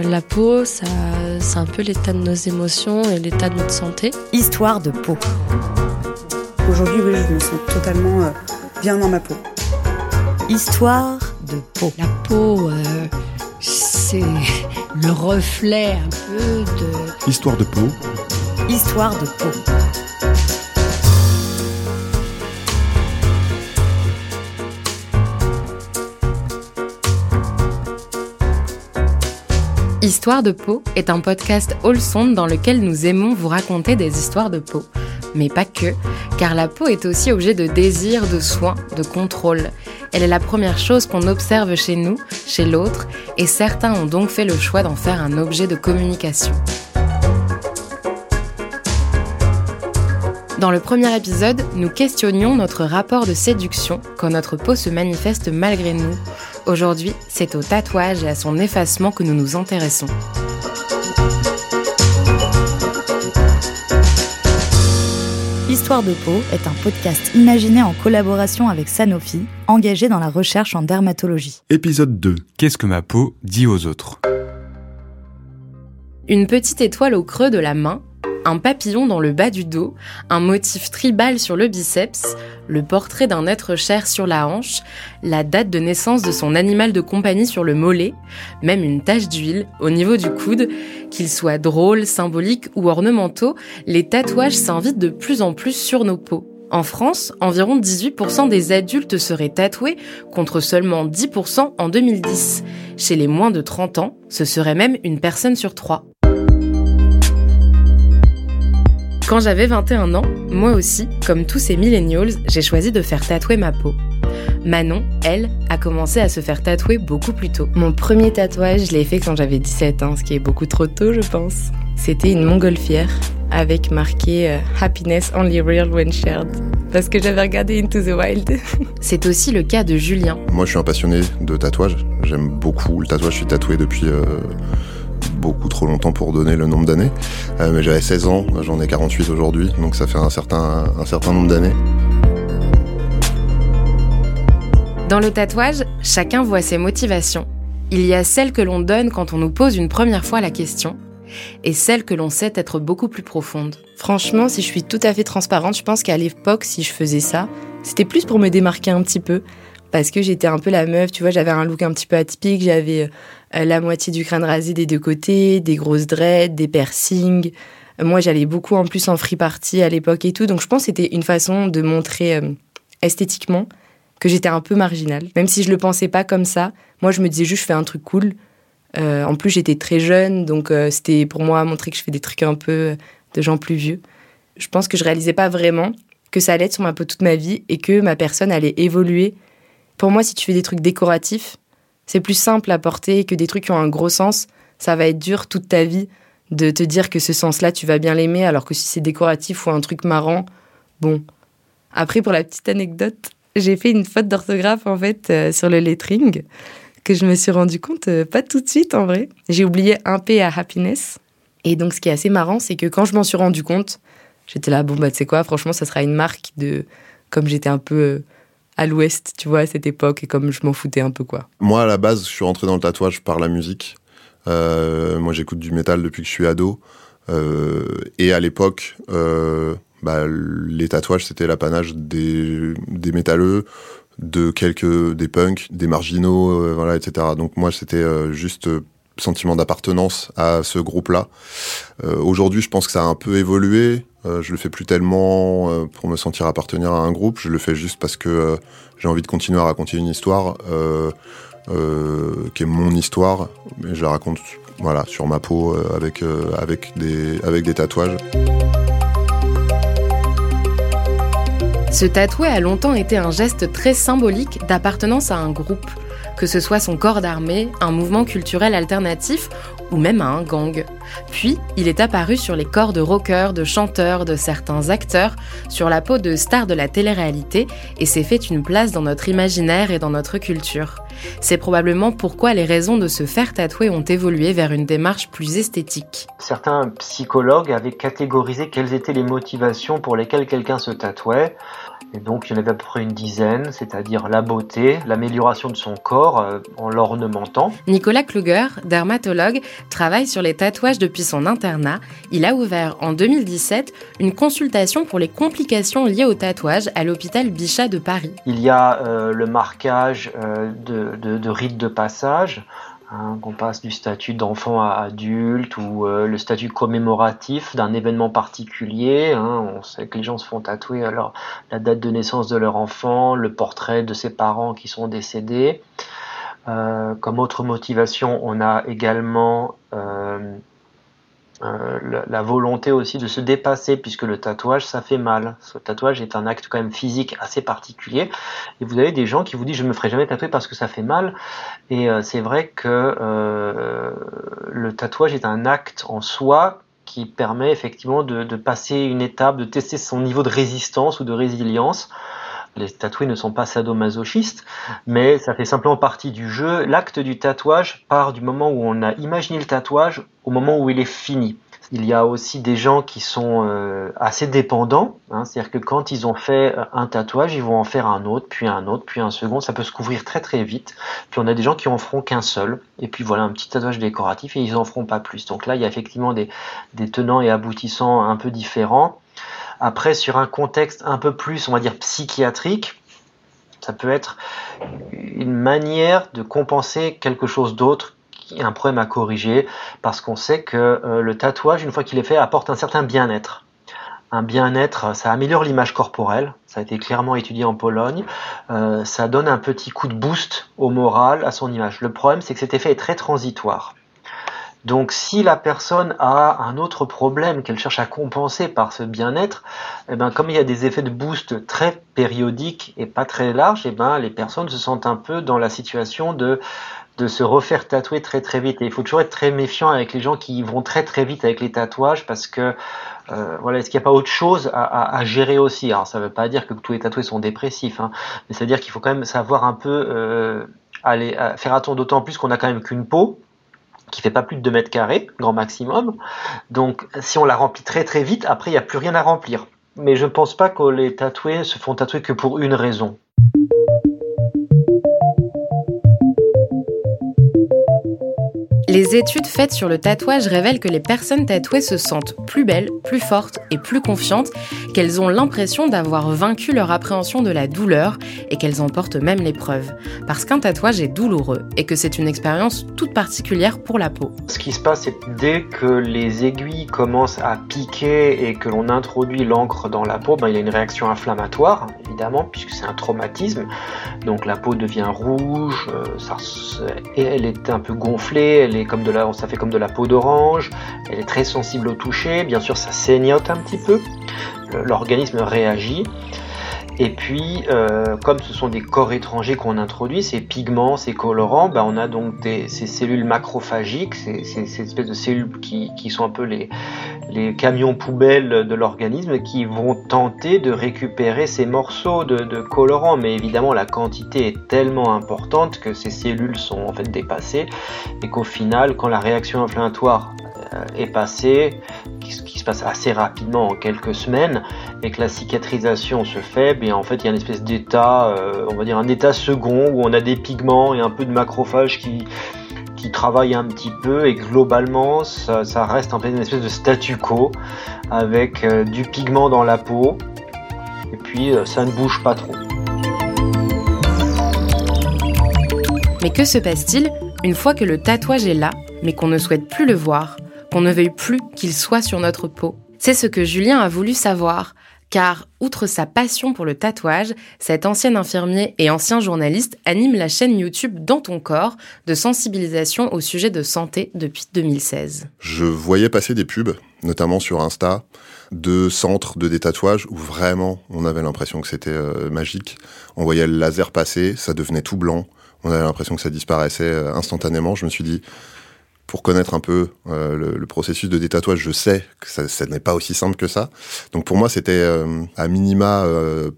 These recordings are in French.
La peau, c'est un peu l'état de nos émotions et l'état de notre santé. Histoire de peau. Aujourd'hui, oui, je me sens totalement bien dans ma peau. Histoire de peau. La peau, c'est le reflet un peu de... Histoire de peau. Histoire de peau. Histoire de peau est un podcast wholesome dans lequel nous aimons vous raconter des histoires de peau. Mais pas que, car la peau est aussi objet de désir, de soin, de contrôle. Elle est la première chose qu'on observe chez nous, chez l'autre, et certains ont donc fait le choix d'en faire un objet de communication. Dans le premier épisode, nous questionnions notre rapport de séduction quand notre peau se manifeste malgré nous. Aujourd'hui, c'est au tatouage et à son effacement que nous nous intéressons. Histoire de peau est un podcast imaginé en collaboration avec Sanofi, engagé dans la recherche en dermatologie. Épisode 2. Qu'est-ce que ma peau dit aux autres ? Une petite étoile au creux de la main, un papillon dans le bas du dos, un motif tribal sur le biceps, le portrait d'un être cher sur la hanche, la date de naissance de son animal de compagnie sur le mollet, même une tache d'huile au niveau du coude. Qu'ils soient drôles, symboliques ou ornementaux, les tatouages s'invitent de plus en plus sur nos peaux. En France, environ 18% des adultes seraient tatoués, contre seulement 10% en 2010. Chez les moins de 30 ans, ce serait même une personne sur 3. Quand j'avais 21 ans, moi aussi, comme tous ces millennials, j'ai choisi de faire tatouer ma peau. Manon, elle, a commencé à se faire tatouer beaucoup plus tôt. Mon premier tatouage, je l'ai fait quand j'avais 17 ans, ce qui est beaucoup trop tôt, je pense. C'était une montgolfière avec marqué « Happiness only real when shared ». Parce que j'avais regardé Into the Wild. C'est aussi le cas de Julien. Moi, je suis un passionné de tatouage. J'aime beaucoup le tatouage. Je suis tatoué depuis... beaucoup trop longtemps pour donner le nombre d'années, mais j'avais 16 ans, j'en ai 48 aujourd'hui, donc ça fait un certain nombre d'années. Dans le tatouage, chacun voit ses motivations. Il y a celles que l'on donne quand on nous pose une première fois la question, et celles que l'on sait être beaucoup plus profondes. Franchement, si je suis tout à fait transparente, je pense qu'à l'époque, si je faisais ça, c'était plus pour me démarquer un petit peu, parce que j'étais un peu la meuf, tu vois, j'avais un look un petit peu atypique, j'avais la moitié du crâne rasé des deux côtés, des grosses dreads, des piercings. Moi, j'allais beaucoup en plus en free party à l'époque et tout, donc je pense que c'était une façon de montrer esthétiquement que j'étais un peu marginale. Même si je le pensais pas comme ça, moi je me disais juste je fais un truc cool. En plus, j'étais très jeune, donc c'était pour moi montrer que je fais des trucs un peu de gens plus vieux. Je pense que je réalisais pas vraiment que ça allait être sur ma peau toute ma vie et que ma personne allait évoluer. Pour moi, si tu fais des trucs décoratifs, c'est plus simple à porter que des trucs qui ont un gros sens. Ça va être dur toute ta vie de te dire que ce sens-là, tu vas bien l'aimer, alors que si c'est décoratif ou un truc marrant, bon. Après, pour la petite anecdote, j'ai fait une faute d'orthographe, en fait, sur le lettering, que je me suis rendu compte pas tout de suite, en vrai. J'ai oublié un P à happiness. Et donc, ce qui est assez marrant, c'est que quand je m'en suis rendu compte, j'étais là, bon, bah, tu sais quoi, franchement, ça sera une marque de... Comme j'étais un peu... à l'ouest, tu vois, à cette époque, et comme je m'en foutais un peu, quoi. Moi, à la base, je suis rentré dans le tatouage par la musique. Moi, j'écoute du métal depuis que je suis ado. Et à l'époque, les tatouages, c'était l'apanage des métalleux, des punks, des marginaux, voilà, etc. Donc moi, c'était juste sentiment d'appartenance à ce groupe-là. Aujourd'hui, je pense que ça a un peu évolué. Je le fais plus tellement pour me sentir appartenir à un groupe. Je le fais juste parce que j'ai envie de continuer à raconter une histoire qui est mon histoire. Mais je la raconte, voilà, sur ma peau avec des tatouages. Se tatouer a longtemps été un geste très symbolique d'appartenance à un groupe, que ce soit son corps d'armée, un mouvement culturel alternatif ou même à un gang. Puis, il est apparu sur les corps de rockers, de chanteurs, de certains acteurs, sur la peau de stars de la télé-réalité et s'est fait une place dans notre imaginaire et dans notre culture. C'est probablement pourquoi les raisons de se faire tatouer ont évolué vers une démarche plus esthétique. Certains psychologues avaient catégorisé quelles étaient les motivations pour lesquelles quelqu'un se tatouait. Et donc il y en avait à peu près une dizaine, c'est-à-dire la beauté, l'amélioration de son corps en l'ornementant. Nicolas Kluger, dermatologue, travaille sur les tatouages depuis son internat. Il a ouvert en 2017 une consultation pour les complications liées au tatouage à l'hôpital Bichat de Paris. Il y a le marquage de rites de passage, qu'on passe du statut d'enfant à adulte, ou le statut commémoratif d'un événement particulier. On sait que les gens se font tatouer alors la date de naissance de leur enfant, le portrait de ses parents qui sont décédés. Comme autre motivation, on a également la volonté aussi de se dépasser, puisque le tatouage, ça fait mal. Ce tatouage est un acte quand même physique assez particulier, et vous avez des gens qui vous disent je me ferai jamais tatouer parce que ça fait mal, et c'est vrai que le tatouage est un acte en soi qui permet effectivement de passer une étape, de tester son niveau de résistance ou de résilience. Les tatoués ne sont pas sadomasochistes, mais ça fait simplement partie du jeu. L'acte du tatouage part du moment où on a imaginé le tatouage au moment où il est fini. Il y a aussi des gens qui sont assez dépendants, c'est-à-dire que quand ils ont fait un tatouage, ils vont en faire un autre, puis un second. Ça peut se couvrir très très vite. Puis on a des gens qui en feront qu'un seul, et puis voilà, un petit tatouage décoratif, et ils en feront pas plus. Donc là, il y a effectivement des tenants et aboutissants un peu différents. Après, sur un contexte un peu plus, on va dire, psychiatrique, ça peut être une manière de compenser quelque chose d'autre, un problème à corriger, parce qu'on sait que le tatouage, une fois qu'il est fait, apporte un certain bien-être. Un bien-être, ça améliore l'image corporelle, ça a été clairement étudié en Pologne, ça donne un petit coup de boost au moral, à son image. Le problème, c'est que cet effet est très transitoire. Donc si la personne a un autre problème qu'elle cherche à compenser par ce bien-être, comme il y a des effets de boost très périodiques et pas très larges, les personnes se sentent un peu dans la situation de se refaire tatouer très très vite. Et il faut toujours être très méfiant avec les gens qui vont très très vite avec les tatouages, parce que est-ce qu'il n'y a pas autre chose à gérer aussi? Alors ça ne veut pas dire que tous les tatoués sont dépressifs, mais ça veut dire qu'il faut quand même savoir un peu faire attention, d'autant plus qu'on a quand même qu'une peau qui fait pas plus de 2 mètres carrés, grand maximum. Donc, si on la remplit très très vite, après, il n'y a plus rien à remplir. Mais je ne pense pas que les tatoués se font tatouer que pour une raison. Les études faites sur le tatouage révèlent que les personnes tatouées se sentent plus belles, plus fortes et plus confiantes, qu'elles ont l'impression d'avoir vaincu leur appréhension de la douleur et qu'elles en portent même l'épreuve. Parce qu'un tatouage est douloureux et que c'est une expérience toute particulière pour la peau. Ce qui se passe, c'est que dès que les aiguilles commencent à piquer et que l'on introduit l'encre dans la peau, il y a une réaction inflammatoire, évidemment, puisque c'est un traumatisme. Donc la peau devient rouge, elle est un peu gonflée, ça fait comme de la peau d'orange, elle est très sensible au toucher, bien sûr ça saignote un petit peu, l'organisme réagit, et puis comme ce sont des corps étrangers qu'on introduit, ces pigments, ces colorants, on a donc ces cellules macrophagiques, ces espèces de cellules qui sont un peu les camions poubelles de l'organisme, qui vont tenter de récupérer ces morceaux de colorants, mais évidemment la quantité est tellement importante que ces cellules sont en fait dépassées, et qu'au final, quand la réaction inflammatoire est passée, qui se passe assez rapidement en quelques semaines, et que la cicatrisation se fait, en fait il y a une espèce d'état, on va dire un état second, où on a des pigments et un peu de macrophages qui travaillent un petit peu, et globalement ça reste en fait une espèce de statu quo avec du pigment dans la peau, et puis ça ne bouge pas trop. Mais que se passe-t-il une fois que le tatouage est là, mais qu'on ne souhaite plus le voir, qu'on ne veuille plus qu'il soit sur notre peau? C'est ce que Julien a voulu savoir, car, outre sa passion pour le tatouage, cet ancien infirmier et ancien journaliste anime la chaîne YouTube Dans ton corps, de sensibilisation au sujet de santé depuis 2016. Je voyais passer des pubs, notamment sur Insta, de centres de détatouage où vraiment on avait l'impression que c'était magique. On voyait le laser passer, ça devenait tout blanc, on avait l'impression que ça disparaissait instantanément. Je me suis dit, pour connaître un peu le processus de détatouage, je sais que ça n'est pas aussi simple que ça. Donc pour moi, c'était à minima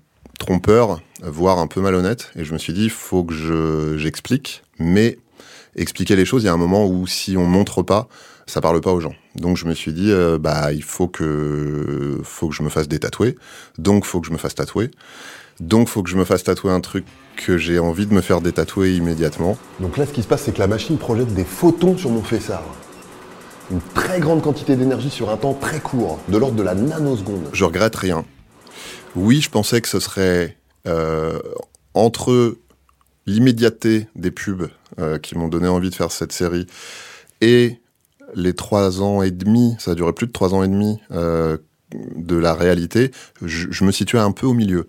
trompeur, voire un peu malhonnête. Et je me suis dit, il faut que j'explique, mais expliquer les choses. Il y a un moment où si on montre pas, ça parle pas aux gens. Donc je me suis dit, il faut que je me fasse détatouer. Donc faut que je me fasse tatouer. Donc faut que je me fasse tatouer un truc que j'ai envie de me faire détatouer immédiatement. Donc là, ce qui se passe, c'est que la machine projette des photons sur mon fessard. Une très grande quantité d'énergie sur un temps très court, de l'ordre de la nanoseconde. Je regrette rien. Oui, je pensais que ce serait entre l'immédiateté des pubs qui m'ont donné envie de faire cette série et les 3 ans et demi, ça a duré plus de 3 ans et demi de la réalité, je me situais un peu au milieu.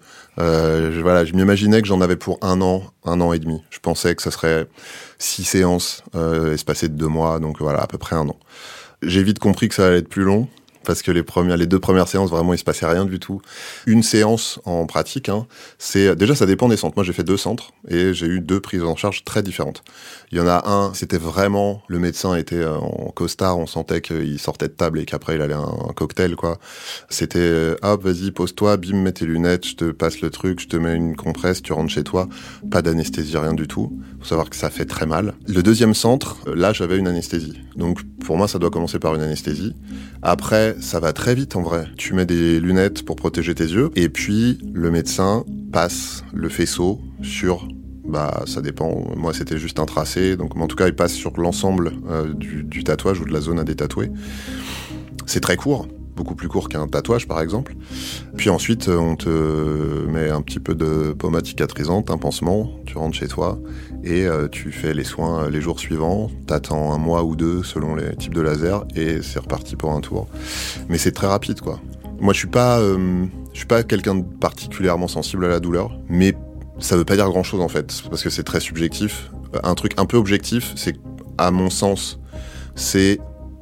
Je m'imaginais que j'en avais pour 1 an et demi. Je pensais que ça serait 6 séances espacées de 2 mois, donc voilà, à peu près 1 an. J'ai vite compris que ça allait être plus long, parce que les 2 premières séances, vraiment, il se passait rien du tout. Une séance en pratique, déjà, ça dépend des centres. Moi, j'ai fait 2 centres et j'ai eu 2 prises en charge très différentes. Il y en a un, c'était vraiment, le médecin était en costard, on sentait qu'il sortait de table et qu'après, il allait un cocktail, quoi. C'était, hop, vas-y, pose-toi, bim, mets tes lunettes, je te passe le truc, je te mets une compresse, tu rentres chez toi. Pas d'anesthésie, rien du tout. Faut savoir que ça fait très mal. Le 2e centre, là, j'avais une anesthésie. Donc, pour moi, ça doit commencer par une anesthésie. Après, ça va très vite en vrai. Tu mets des lunettes pour protéger tes yeux et puis le médecin passe le faisceau sur, ça dépend, moi c'était juste un tracé, donc en tout cas il passe sur l'ensemble du tatouage ou de la zone à détatouer. C'est très court, beaucoup plus court qu'un tatouage par exemple. Puis ensuite on te met un petit peu de pommade cicatrisante, un pansement, tu rentres chez toi et tu fais les soins les jours suivants, t'attends 1 mois ou 2 selon les types de laser et c'est reparti pour un tour. Mais c'est très rapide quoi. Moi je suis pas quelqu'un de particulièrement sensible à la douleur, mais ça veut pas dire grand chose en fait, parce que c'est très subjectif. Un truc un peu objectif, c'est à mon sens, c'est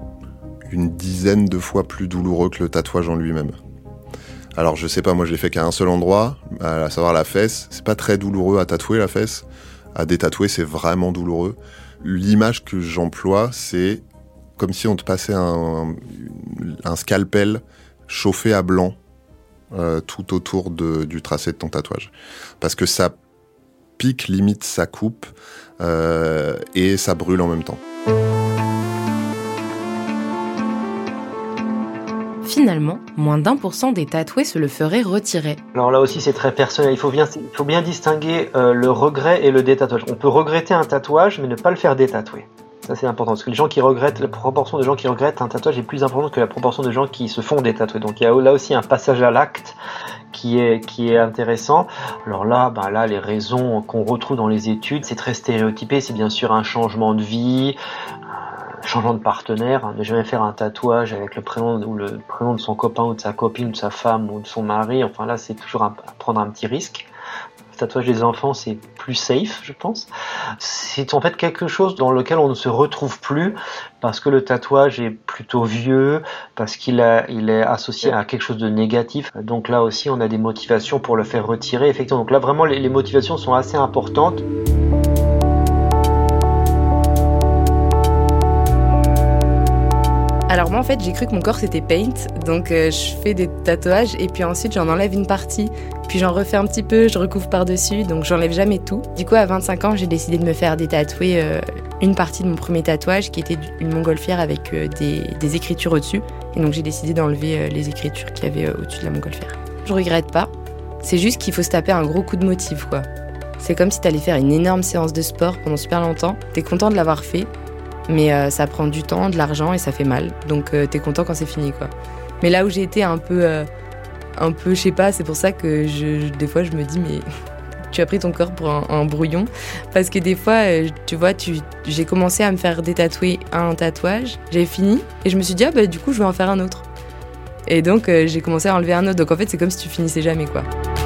une dizaine de fois plus douloureux que le tatouage en lui-même. Alors je sais pas, moi je l'ai fait qu'à un seul endroit, à savoir la fesse. C'est pas très douloureux à tatouer la fesse. À détatouer, c'est vraiment douloureux. L'image que j'emploie, c'est comme si on te passait un scalpel chauffé à blanc tout autour du tracé de ton tatouage. Parce que ça pique, limite ça coupe et ça brûle en même temps. Finalement, moins d'1% des tatoués se le feraient retirer. Alors là aussi, c'est très personnel. Il faut bien distinguer le regret et le détatouage. On peut regretter un tatouage, mais ne pas le faire détatouer. Ça, c'est important. Parce que la proportion de gens qui regrettent un tatouage est plus importante que la proportion de gens qui se font détatouer. Donc il y a là aussi un passage à l'acte qui est intéressant. Alors là, les raisons qu'on retrouve dans les études, c'est très stéréotypé. C'est bien sûr un changement de vie, changement de partenaire, ne jamais faire un tatouage avec le prénom de son copain ou de sa copine, ou de sa femme ou de son mari. Enfin là, c'est toujours prendre un petit risque. Le tatouage des enfants, c'est plus safe, je pense. C'est en fait quelque chose dans lequel on ne se retrouve plus parce que le tatouage est plutôt vieux, parce qu'il est associé à quelque chose de négatif. Donc là aussi, on a des motivations pour le faire retirer. Effectivement, donc là vraiment, les motivations sont assez importantes. Alors moi en fait j'ai cru que mon corps c'était paint, donc je fais des tatouages et puis ensuite j'en enlève une partie, puis j'en refais un petit peu, je recouvre par-dessus, donc j'enlève jamais tout. Du coup à 25 ans j'ai décidé de me faire détatouer une partie de mon premier tatouage qui était une montgolfière avec des écritures au-dessus, et donc j'ai décidé d'enlever les écritures qu'il y avait au-dessus de la montgolfière. Je regrette pas, c'est juste qu'il faut se taper un gros coup de motif quoi. C'est comme si t'allais faire une énorme séance de sport pendant super longtemps, t'es content de l'avoir fait, mais ça prend du temps, de l'argent et ça fait mal. Donc t'es content quand c'est fini quoi. Mais là où j'ai été un peu je sais pas, c'est pour ça que des fois je me dis mais tu as pris ton corps pour un brouillon. Parce que des fois, tu vois, j'ai commencé à me faire détatouer un tatouage, j'ai fini et je me suis dit du coup je vais en faire un autre. Et donc j'ai commencé à enlever un autre. Donc en fait c'est comme si tu finissais jamais quoi.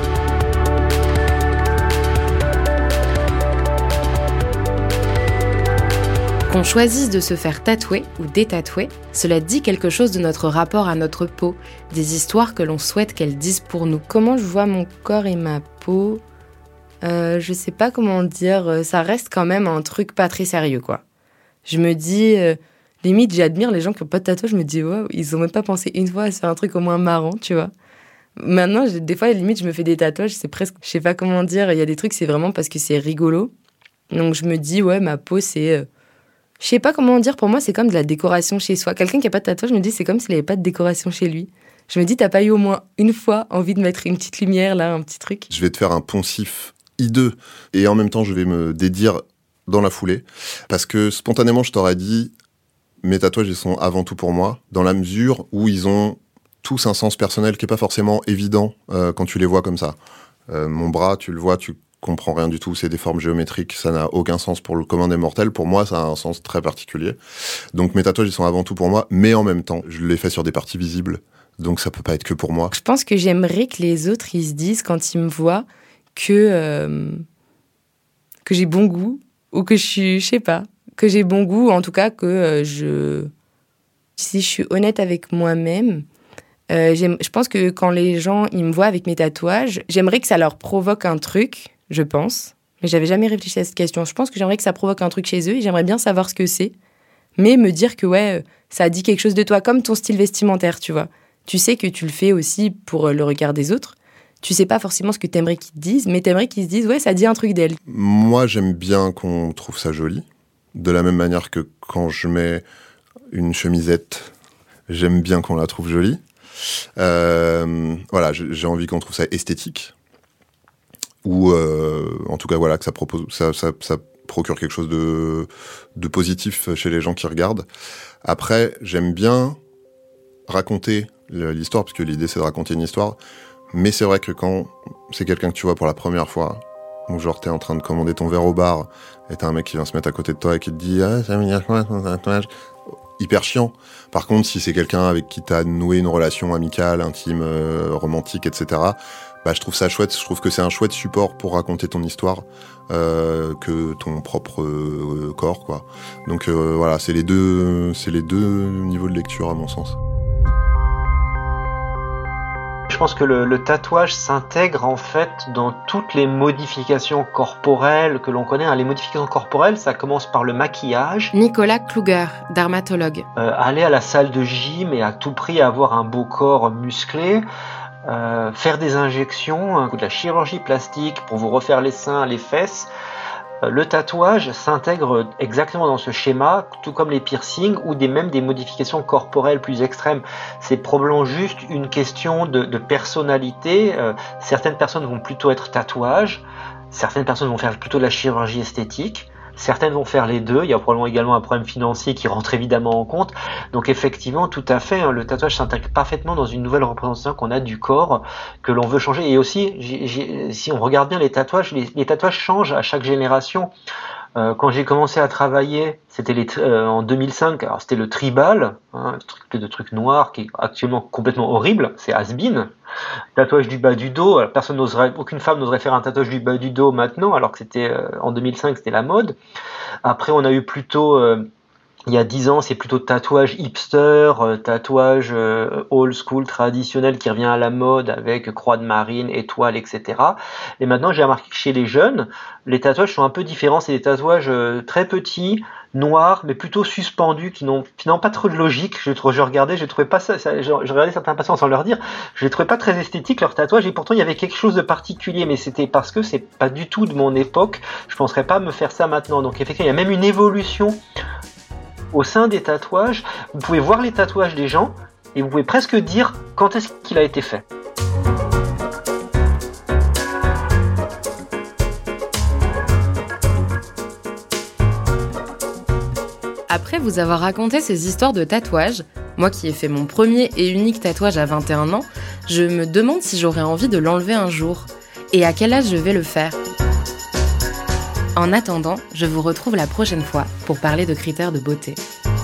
Qu'on choisisse de se faire tatouer ou détatouer, cela dit quelque chose de notre rapport à notre peau, des histoires que l'on souhaite qu'elles disent pour nous. Comment je vois mon corps et ma peau, je sais pas comment dire, ça reste quand même un truc pas très sérieux quoi. Je me dis, limite j'admire les gens qui ont pas de tatouage, je me dis waouh, ils ont même pas pensé une fois à se faire un truc au moins marrant, tu vois. Maintenant, des fois limite je me fais des tatouages, c'est presque, je sais pas comment dire, il y a des trucs c'est vraiment parce que c'est rigolo. Donc je me dis ouais ma peau c'est Je sais pas comment dire, pour moi, c'est comme de la décoration chez soi. Quelqu'un qui a pas de tatouage, je me dis, c'est comme s'il avait pas de décoration chez lui. Je me dis, t'as pas eu au moins une fois envie de mettre une petite lumière, là, un petit truc? Je vais te faire un poncif hideux, et en même temps, je vais me dédire dans la foulée, parce que spontanément, je t'aurais dit, mes tatouages, ils sont avant tout pour moi, dans la mesure où ils ont tous un sens personnel qui est pas forcément évident quand tu les vois comme ça. Mon bras, tu le vois, tu comprends rien du tout, c'est des formes géométriques, ça n'a aucun sens pour le commun des mortels. Pour moi, ça a un sens très particulier. Donc mes tatouages, ils sont avant tout pour moi, mais en même temps, je les fais sur des parties visibles, donc ça peut pas être que pour moi. Je pense que j'aimerais que les autres, ils se disent, quand ils me voient, que j'ai bon goût, ou que je sais pas, que j'ai bon goût, en tout cas que si je suis honnête avec moi-même, je pense que quand les gens ils me voient avec mes tatouages, j'aimerais que ça leur provoque un truc, je pense. Mais j'avais jamais réfléchi à cette question. Je pense que j'aimerais que ça provoque un truc chez eux et j'aimerais bien savoir ce que c'est. Mais me dire que ça dit quelque chose de toi, comme ton style vestimentaire, tu vois. Tu sais que tu le fais aussi pour le regard des autres. Tu sais pas forcément ce que t'aimerais qu'ils te disent, mais t'aimerais qu'ils se disent, ça dit un truc d'elle. Moi, j'aime bien qu'on trouve ça joli. De la même manière que quand je mets une chemisette, j'aime bien qu'on la trouve jolie. Voilà, j'ai envie qu'on trouve ça esthétique. Ou en tout cas, voilà, que ça procure quelque chose de positif chez les gens qui regardent. Après, j'aime bien raconter l'histoire, parce que l'idée, c'est de raconter une histoire. Mais c'est vrai que quand c'est quelqu'un que tu vois pour la première fois, ou genre t'es en train de commander ton verre au bar, et t'as un mec qui vient se mettre à côté de toi et qui te dit « Ah, ça veut dire quoi ton tatouage ?» Hyper chiant. Par contre, si c'est quelqu'un avec qui t'as noué une relation amicale, intime, romantique, etc., je trouve ça chouette. Je trouve que c'est un chouette support pour raconter ton histoire que ton propre corps, quoi. Donc voilà, c'est les deux niveaux de lecture à mon sens. Je pense que le tatouage s'intègre en fait dans toutes les modifications corporelles que l'on connaît. Les modifications corporelles, ça commence par le maquillage. Nicolas Kluger, dermatologue. Aller à la salle de gym et à tout prix avoir un beau corps musclé. Faire des injections, de la chirurgie plastique pour vous refaire les seins, les fesses. Le tatouage s'intègre exactement dans ce schéma, tout comme les piercings ou même des modifications corporelles plus extrêmes. C'est probablement juste une question de personnalité. Certaines personnes vont plutôt être tatouages, certaines personnes vont faire plutôt de la chirurgie esthétique. Certaines vont faire les deux. Il y a probablement également un problème financier qui rentre évidemment en compte. Donc effectivement, tout à fait, le tatouage s'intègre parfaitement dans une nouvelle représentation qu'on a du corps que l'on veut changer. Et aussi, si on regarde bien les tatouages changent à chaque génération. Quand j'ai commencé à travailler, c'était en 2005, alors c'était le tribal, le truc noir qui est actuellement complètement horrible, c'est has-been. Tatouage du bas du dos, aucune femme n'oserait faire un tatouage du bas du dos maintenant, alors que c'était en 2005 c'était la mode. Après on a eu plutôt il y a 10 ans, c'est plutôt tatouage hipster, tatouage old school traditionnel qui revient à la mode avec croix de marine, étoiles, etc. Et maintenant, j'ai remarqué que chez les jeunes, les tatouages sont un peu différents. C'est des tatouages très petits, noirs, mais plutôt suspendus, qui n'ont pas trop de logique. Je regardais certains patients sans leur dire, je les trouvais pas très esthétiques leurs tatouages, et pourtant il y avait quelque chose de particulier, mais c'était parce que c'est pas du tout de mon époque. Je penserais pas me faire ça maintenant. Donc effectivement, il y a même une évolution au sein des tatouages. Vous pouvez voir les tatouages des gens et vous pouvez presque dire quand est-ce qu'il a été fait. Après vous avoir raconté ces histoires de tatouages, moi qui ai fait mon premier et unique tatouage à 21 ans, je me demande si j'aurais envie de l'enlever un jour et à quel âge je vais le faire. En attendant, je vous retrouve la prochaine fois pour parler de critères de beauté.